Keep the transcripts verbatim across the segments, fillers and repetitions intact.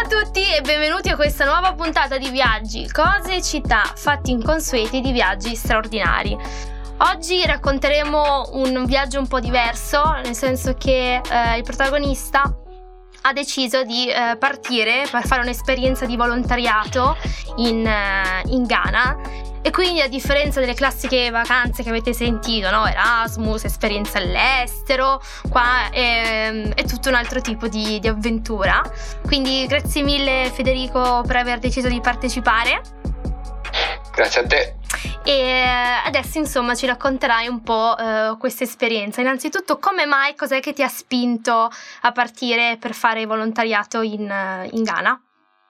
tutti e benvenuti a questa nuova puntata di Viaggi, cose, città, fatti inconsueti di viaggi straordinari. Oggi racconteremo un viaggio un po' diverso, nel senso che eh, il protagonista ha deciso di eh, partire per fare un'esperienza di volontariato in, eh, in Ghana. E quindi, a differenza delle classiche vacanze che avete sentito, no? Erasmus, esperienza all'estero, qua è, è tutto un altro tipo di, di avventura. Quindi grazie mille Federico per aver deciso di partecipare. Grazie a te. E adesso insomma ci racconterai un po' uh, questa esperienza. Innanzitutto, come mai, cos'è che ti ha spinto a partire per fare volontariato in, in Ghana?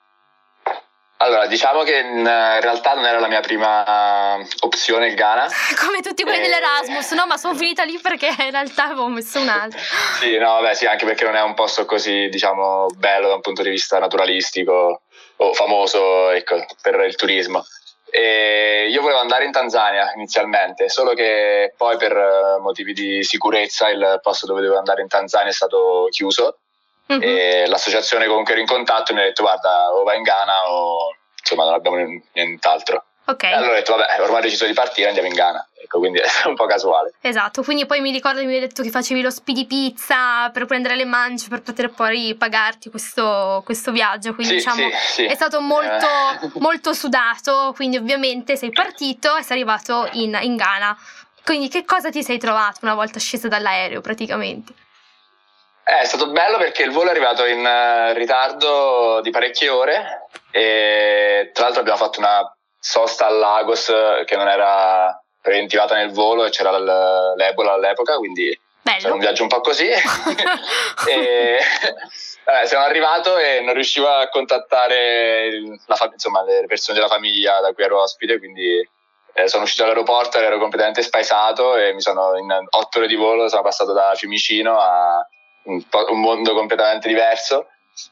Allora, diciamo che in realtà non era la mia prima opzione il Ghana. Come tutti quelli e... dell'Erasmus, no? Ma sono finita lì perché in realtà avevo messo un altro. Sì, no, vabbè, sì, anche perché non è un posto così, diciamo, bello da un punto di vista naturalistico o famoso, ecco, per il turismo. E io volevo andare in Tanzania inizialmente, solo che poi per motivi di sicurezza il posto dove dovevo andare in Tanzania è stato chiuso. Mm-hmm. E l'associazione con cui ero in contatto mi ha detto: guarda, o vai in Ghana o insomma non abbiamo nient'altro. Okay. E allora ho detto: vabbè, ormai ho deciso di partire, andiamo in Ghana. Ecco, quindi è un po' casuale. Esatto, quindi poi mi ricordo che mi hai detto che facevi lo speedy pizza per prendere le mance per poter poi pagarti questo, questo viaggio, quindi sì, diciamo sì, sì. È stato molto, eh. molto sudato, quindi ovviamente sei partito e sei arrivato in, in Ghana. Quindi che cosa ti sei trovato una volta sceso dall'aereo praticamente? Eh, è stato bello perché il volo è arrivato in uh, ritardo di parecchie ore e tra l'altro abbiamo fatto una sosta a Lagos che non era preventivata nel volo e c'era l- l'Ebola all'epoca, quindi bello. Era un viaggio un po' così. e eh, sono arrivato e non riuscivo a contattare il, la fam- insomma, le persone della famiglia da cui ero ospite, quindi eh, sono uscito dall'aeroporto, ero completamente spaesato e mi sono in otto ore di volo sono passato da Fiumicino a un, po- un mondo completamente diverso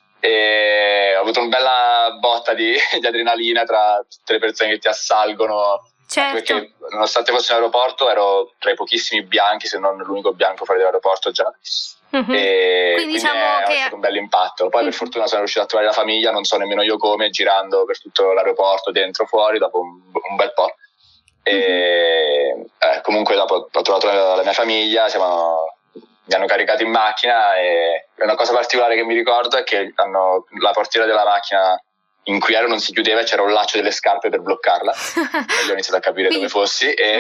e ho avuto una bella botta di, di adrenalina tra tutte le persone che ti assalgono. Certo. Perché nonostante fosse in aeroporto ero tra i pochissimi bianchi, se non l'unico bianco fuori dall'aeroporto già. Mm-hmm. E quindi, quindi diciamo è, che è stato un bel impatto. Poi mm-hmm. per fortuna sono riuscito a trovare la famiglia, non so nemmeno io come, girando per tutto l'aeroporto, dentro, fuori, dopo un, un bel po'. E mm-hmm. eh, comunque dopo ho trovato la, la mia famiglia, siamo, mi hanno caricato in macchina e una cosa particolare che mi ricordo è che hanno, la portiera della macchina in cui ero non si chiudeva e c'era un laccio delle scarpe per bloccarla e io ho iniziato a capire Quindi, dove fossi e,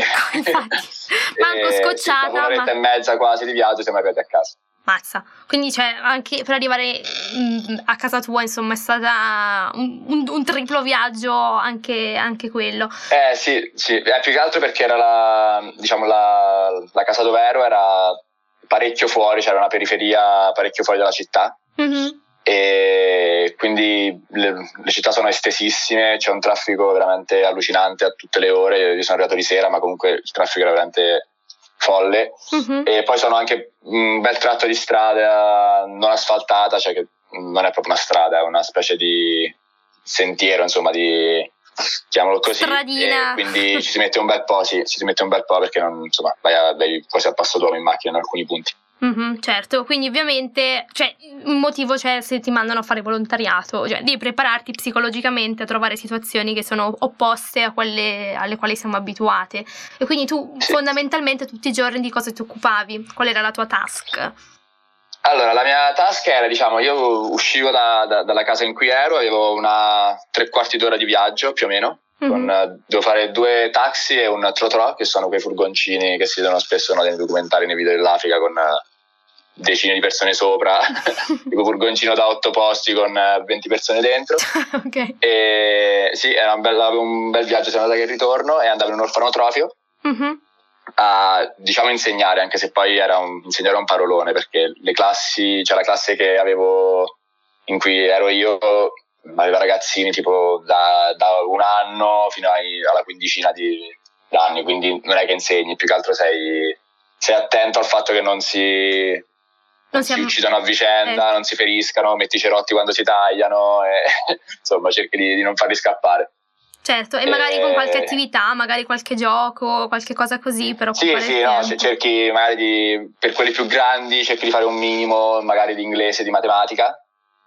manco e scocciata, sì, dopo un'oretta ma... e mezza quasi di viaggio siamo arrivati a casa. Mazza, quindi cioè anche per arrivare mh, a casa tua insomma è stata un, un, un triplo viaggio anche, anche quello. Eh sì, sì, eh, più che altro perché era la, diciamo la, la casa dove ero era parecchio fuori, c'era una periferia parecchio fuori dalla città. Mm-hmm. E quindi le, le città sono estesissime, c'è un traffico veramente allucinante a tutte le ore. Io sono arrivato di sera, ma comunque il traffico era veramente folle. Uh-huh. E poi sono anche un bel tratto di strada non asfaltata, cioè che non è proprio una strada, è una specie di sentiero, insomma, di chiamalo così. Stradina. E quindi ci si mette un bel po', sì, ci si mette un bel po' perché non, insomma, vai, a, vai quasi a passo d'uomo in macchina in alcuni punti. Mm-hmm, certo, quindi ovviamente cioè, un motivo c'è se ti mandano a fare volontariato, cioè devi prepararti psicologicamente a trovare situazioni che sono opposte a quelle alle quali siamo abituate. E quindi tu sì. fondamentalmente tutti i giorni di cosa ti occupavi? Qual era la tua task? Allora, la mia task era, diciamo, io uscivo da, da, dalla casa in cui ero, avevo una tre quarti d'ora di viaggio più o meno. Mm-hmm. Con, devo fare due taxi e un trotro, che sono quei furgoncini che si vedono spesso no, nei documentari, nei video dell'Africa, con decine di persone sopra, tipo furgoncino da otto posti con venti persone dentro. Okay. E sì, era un bel, un bel viaggio sia andata che ritorno, e andavo in un orfanotrofio mm-hmm. a, diciamo, insegnare, anche se poi era un, insegnare un parolone, perché le classi, cioè la classe che avevo in cui ero io aveva ragazzini tipo da, da un anno fino ai, alla quindicina di anni, quindi non è che insegni, più che altro sei, sei attento al fatto che non si, non non si uccidano a vicenda, eh. non si feriscano, metti i cerotti quando si tagliano e insomma cerchi di, di non farli scappare. Certo, e, e magari con qualche attività, magari qualche gioco, qualche cosa così per occupare sì, il sì, tempo. No, cerchi magari di, per quelli più grandi cerchi di fare un minimo magari di inglese, di matematica.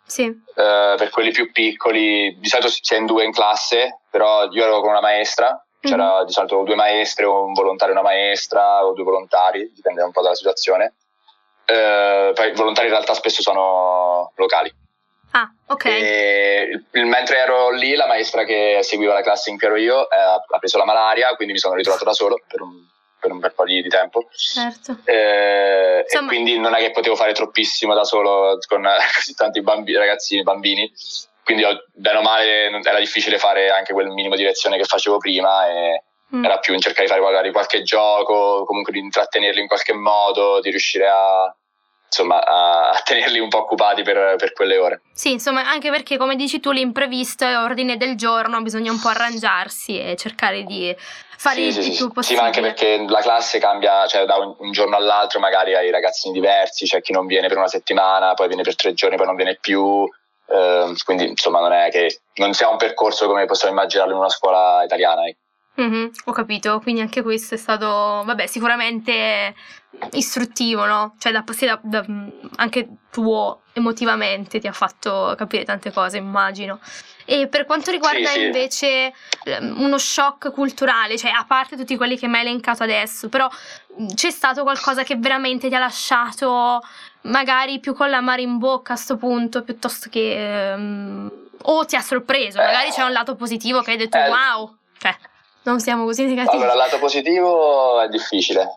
Sì. Uh, per quelli più piccoli, di solito si è in due in classe, però io ero con una maestra, c'era mm-hmm. di solito due maestre, o un volontario e una maestra, o due volontari, dipende un po' dalla situazione. Uh, poi i volontari in realtà spesso sono locali. Ah, ok. E, mentre ero lì, la maestra che seguiva la classe in cui ero io eh, ha preso la malaria, quindi mi sono ritrovato da solo per un, per un bel po' di, di tempo. Certo. Eh, Insomma... E quindi non è che potevo fare troppissimo da solo con così tanti bambini, ragazzini, bambini. Quindi bene o male era difficile fare anche quel minimo di lezione che facevo prima e mm. era più in cercare di fare magari qualche gioco, comunque di intrattenerli in qualche modo, di riuscire a insomma a, a tenerli un po' occupati per, per quelle ore. Sì, insomma, anche perché come dici tu l'imprevisto è ordine del giorno, bisogna un po' arrangiarsi e cercare di fare sì, il sì, più sì. possibile. Sì, ma anche perché la classe cambia, cioè da un, un giorno all'altro magari hai ragazzini diversi, c'è chi non viene per una settimana, poi viene per tre giorni, poi non viene più, eh, quindi insomma non è che non sia un percorso come possiamo immaginarlo in una scuola italiana. Eh. Mm-hmm, ho capito, quindi anche questo è stato, vabbè, sicuramente istruttivo, no? Cioè da, da, da, anche tuo emotivamente ti ha fatto capire tante cose, immagino. E per quanto riguarda sì, sì. invece uno shock culturale, cioè a parte tutti quelli che mi hai elencato adesso, però c'è stato qualcosa che veramente ti ha lasciato magari più con l'amaro in bocca a sto punto, piuttosto che um, o ti ha sorpreso, magari eh, c'è un lato positivo che hai detto eh, wow, cioè non siamo così negativi. Allora, il lato positivo è difficile.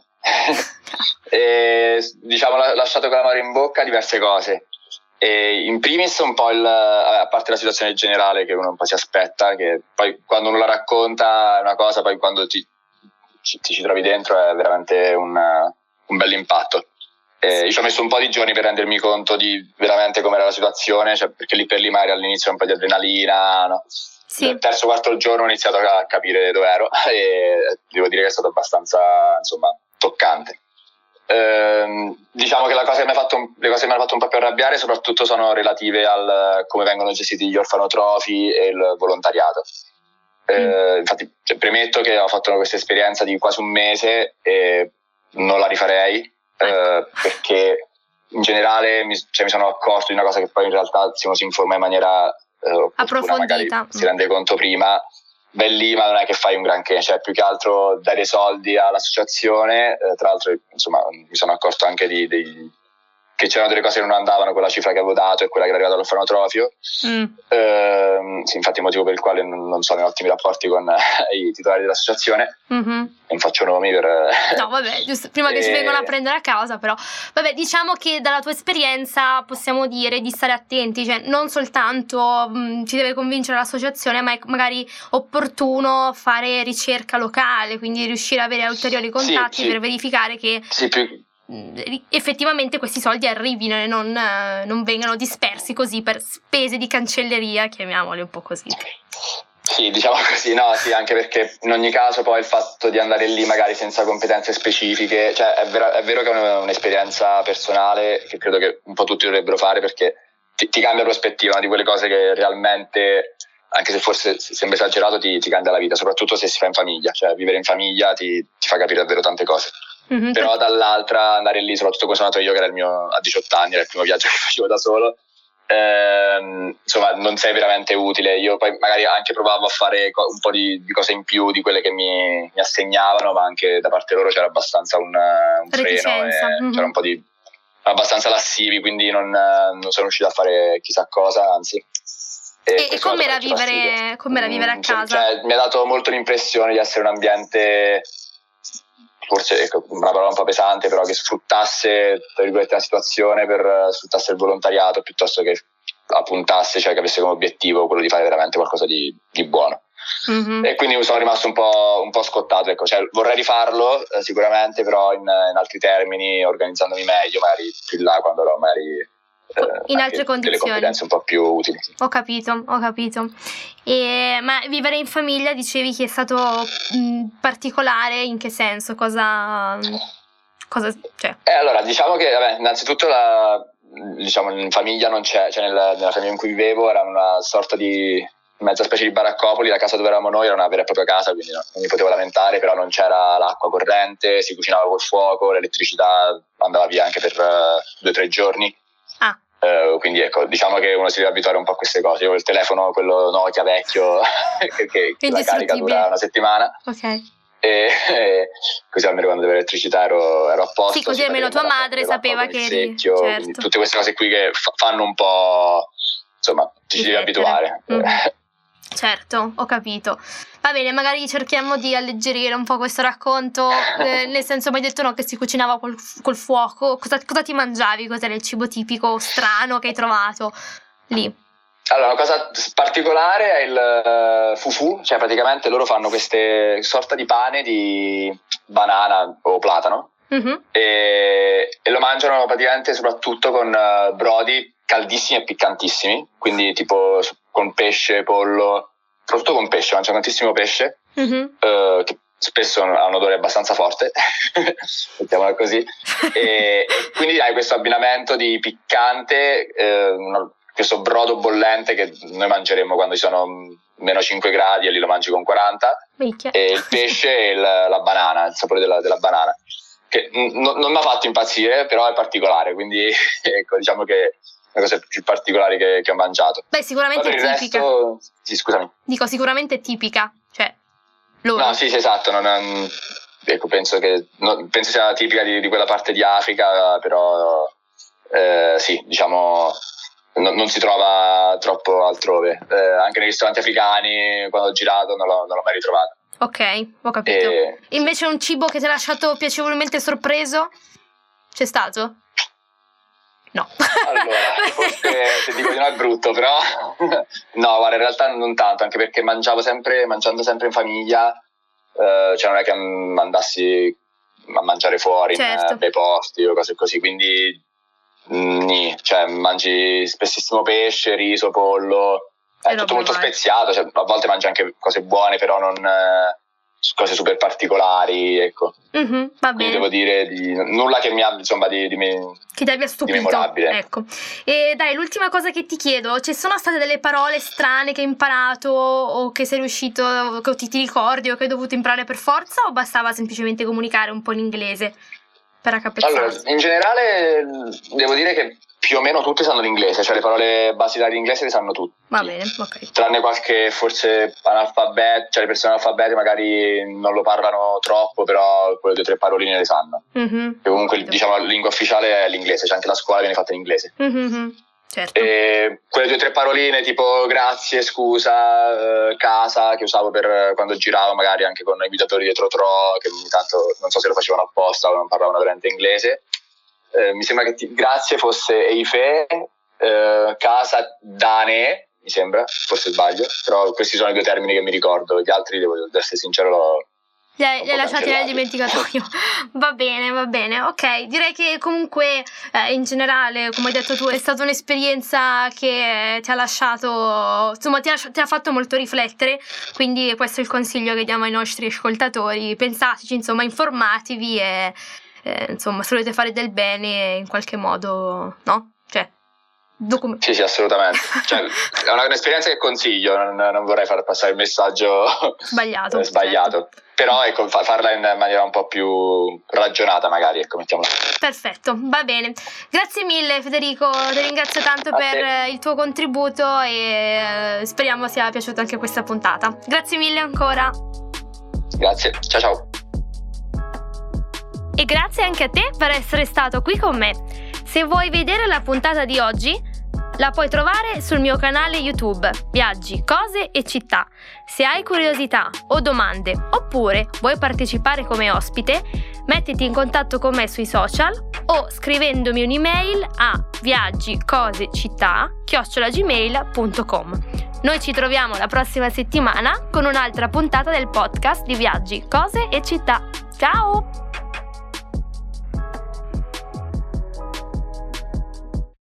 E, diciamo, ho lasciato con l'amaro in bocca diverse cose. E in primis un po' il, a parte la situazione generale che uno un po' si aspetta, che poi quando uno la racconta è una cosa, poi quando ti, ci, ti ci trovi dentro è veramente un, un bel impatto. E io ci ho messo un po' di giorni per rendermi conto di veramente com'era la situazione, cioè, perché lì per lì magari all'inizio un po' di adrenalina, no? Sì. Il terzo quarto giorno ho iniziato a capire dove ero e devo dire che è stato abbastanza, insomma, toccante. Ehm, diciamo che la cosa che mi ha fatto un, le cose che mi hanno fatto un po' più arrabbiare soprattutto sono relative al come vengono gestiti gli orfanotrofi e il volontariato. Ehm, mm. Infatti cioè, premetto che ho fatto questa esperienza di quasi un mese e non la rifarei eh, perché in generale mi, cioè, mi sono accorto di una cosa che poi in realtà se uno si informa in maniera eh, approfondita, magari si rende conto prima, vai lì ma non è che fai un granché, cioè più che altro dare soldi all'associazione, eh, tra l'altro insomma mi sono accorto anche di, di che c'erano delle cose che non andavano con la cifra che avevo dato e quella che era arrivata all'orfanotrofio. Mm. Eh, sì, infatti il motivo per il quale non, non sono in ottimi rapporti con eh, i titolari dell'associazione. Mm-hmm. Non faccio nomi per... No, vabbè, giusto, prima e... che ci vengono a prendere a causa, però. Vabbè, diciamo che dalla tua esperienza possiamo dire di stare attenti, cioè non soltanto mh, ci deve convincere l'associazione, ma è magari opportuno fare ricerca locale, quindi riuscire ad avere ulteriori contatti sì, per sì. verificare che... Sì, più... effettivamente questi soldi arrivino e non, eh, non vengano dispersi così per spese di cancelleria, chiamiamole un po' così. Sì, diciamo così, no, sì, anche perché in ogni caso poi il fatto di andare lì magari senza competenze specifiche, cioè è vero, è vero che è un'esperienza personale che credo che un po' tutti dovrebbero fare perché ti, ti cambia prospettiva, no, di quelle cose che realmente, anche se forse sembra esagerato, ti, ti cambia la vita, soprattutto se si fa in famiglia, cioè vivere in famiglia ti, ti fa capire davvero tante cose. Mm-hmm. Però dall'altra andare lì, soprattutto come sono andato io che era il mio a diciotto anni, era il primo viaggio che facevo da solo, ehm, insomma non sei veramente utile. Io poi magari anche provavo a fare un po' di, di cose in più di quelle che mi, mi assegnavano, ma anche da parte loro c'era abbastanza un, un freno e mm-hmm. c'era un po' di abbastanza lassivi, quindi non, non sono riuscito a fare chissà cosa, anzi. E, e com'era vivere, com'era vivere a casa? Cioè, mi ha dato molto l'impressione di essere un ambiente, forse ecco, una parola un po' pesante, però che sfruttasse tra virgolette la situazione per sfruttasse il volontariato piuttosto che appuntasse, cioè che avesse come obiettivo quello di fare veramente qualcosa di, di buono. Mm-hmm. E quindi sono rimasto un po', un po' scottato, ecco. Cioè, vorrei rifarlo eh, sicuramente, però in, in altri termini, organizzandomi meglio, magari più in là quando ero magari Eh, in altre condizioni, delle competenze un po' più utili. Ho capito, ho capito. E, ma vivere in famiglia dicevi che è stato mh, particolare, in che senso? Cosa, cosa cioè? Eh, allora, diciamo che vabbè, innanzitutto la, diciamo, in famiglia non c'è, cioè nel, nella famiglia in cui vivevo era una sorta di mezza specie di baraccopoli, la casa dove eravamo noi era una vera e propria casa, quindi no, non mi potevo lamentare, però non c'era l'acqua corrente, si cucinava col fuoco, l'elettricità andava via anche per uh, due o tre giorni. Uh, quindi ecco, diciamo che uno si deve abituare un po' a queste cose. Io ho il telefono, quello Nokia vecchio, che, che la carica dura una settimana. Ok. E, e così almeno quando avevo elettricità ero, ero a posto. Sì, così almeno tua madre sapeva che eri... secchio, certo. Tutte queste cose qui che fa- fanno un po', insomma, ci si deve abituare. Mm-hmm. Certo, ho capito. Va bene, magari cerchiamo di alleggerire un po' questo racconto, eh, nel senso, mi hai detto no, che si cucinava col, col fuoco. Cosa, cosa ti mangiavi? Cos'era il cibo tipico strano che hai trovato lì? Allora, una cosa particolare è il uh, fufu, cioè praticamente loro fanno queste sorta di pane di banana o platano, mm-hmm. e, e lo mangiano praticamente soprattutto con uh, brodi caldissimi e piccantissimi, quindi tipo con pesce, pollo, soprattutto con pesce, mangiano tantissimo pesce, mm-hmm. uh, che spesso ha un odore abbastanza forte, mettiamola così, e, e quindi hai questo abbinamento di piccante, eh, questo brodo bollente che noi mangeremo quando ci sono meno cinque gradi e lì lo mangi con quaranta, Micchia. E il pesce e il, la banana, il sapore della, della banana, che n- non mi ha fatto impazzire, però è particolare, quindi ecco, diciamo che è la cosa più particolare che, che ho mangiato. Beh, sicuramente è tipica. Resto... Sì, scusami. Dico, sicuramente è tipica, cioè loro. No, sì, sì, esatto, non è... ecco, penso che no, penso sia tipica di, di quella parte di Africa, però eh, sì, diciamo... Non, non si trova troppo altrove, eh, anche nei ristoranti africani quando ho girato non l'ho, non l'ho mai ritrovata. Ok, ho capito. E... invece un cibo che ti ha lasciato piacevolmente sorpreso? C'è stato? No. Allora, forse se dico di no è brutto, però no, guarda, in realtà non tanto, anche perché mangiavo sempre, mangiando sempre in famiglia, eh, cioè non è che andassi a mangiare fuori, certo. in bei posti o cose così, quindi Nì, cioè mangi spessissimo pesce, riso, pollo, è tutto molto mai. speziato, cioè, a volte mangi anche cose buone, però non eh, cose super particolari, ecco. Mm-hmm, va bene. Quindi devo dire di, nulla che mi abbia, insomma, di, di, me, che ti abbia stupito. Di memorabile. Ecco. E dai, l'ultima cosa che ti chiedo, ci sono state delle parole strane che hai imparato o che sei riuscito, che ti, ti ricordi o che hai dovuto imparare per forza, o bastava semplicemente comunicare un po' in inglese? Per allora, in generale devo dire che più o meno tutti sanno l'inglese, cioè le parole basilari in inglese le sanno tutti. Va bene, ok. Tranne qualche forse analfabeto, cioè le persone analfabete magari non lo parlano troppo, però quelle due o tre paroline le sanno. Mm-hmm. E comunque diciamo la lingua ufficiale è l'inglese, cioè anche la scuola viene fatta in inglese. Mm-hmm. Certo. E quelle due o tre paroline tipo grazie, scusa, eh, casa, che usavo per quando giravo magari anche con i guidatori dietro tro, che ogni tanto non so se lo facevano apposta o non parlavano veramente inglese. Eh, mi sembra che ti, grazie fosse eife, eh, casa dane, mi sembra, forse sbaglio, però questi sono i due termini che mi ricordo, gli altri devo essere sincero l'ho... Li hai, li hai lasciati nel dimenticatoio. Va bene, va bene, ok. Direi che comunque eh, in generale, come hai detto tu, è stata un'esperienza che ti ha lasciato, insomma ti ha, ti ha fatto molto riflettere, quindi questo è il consiglio che diamo ai nostri ascoltatori: pensateci, insomma, informatevi e eh, insomma, se volete fare del bene in qualche modo, no? Cioè Document- sì, sì, assolutamente. Cioè, è una, un'esperienza che consiglio, non, non vorrei far passare il messaggio sbagliato, eh, sbagliato. Certo. Però ecco, fa, farla in maniera un po' più ragionata magari, ecco, mettiamola. Perfetto, va bene. Grazie mille Federico, ti ringrazio tanto a per te. Il tuo contributo e speriamo sia piaciuta anche questa puntata. Grazie mille ancora. Grazie, ciao ciao. E grazie anche a te per essere stato qui con me. Se vuoi vedere la puntata di oggi, la puoi trovare sul mio canale YouTube Viaggi, Cose e Città. Se hai curiosità o domande oppure vuoi partecipare come ospite, mettiti in contatto con me sui social o scrivendomi un'email a viaggicosecittà chiocciola gmail punto com. Noi ci troviamo la prossima settimana con un'altra puntata del podcast di Viaggi, Cose e Città. Ciao!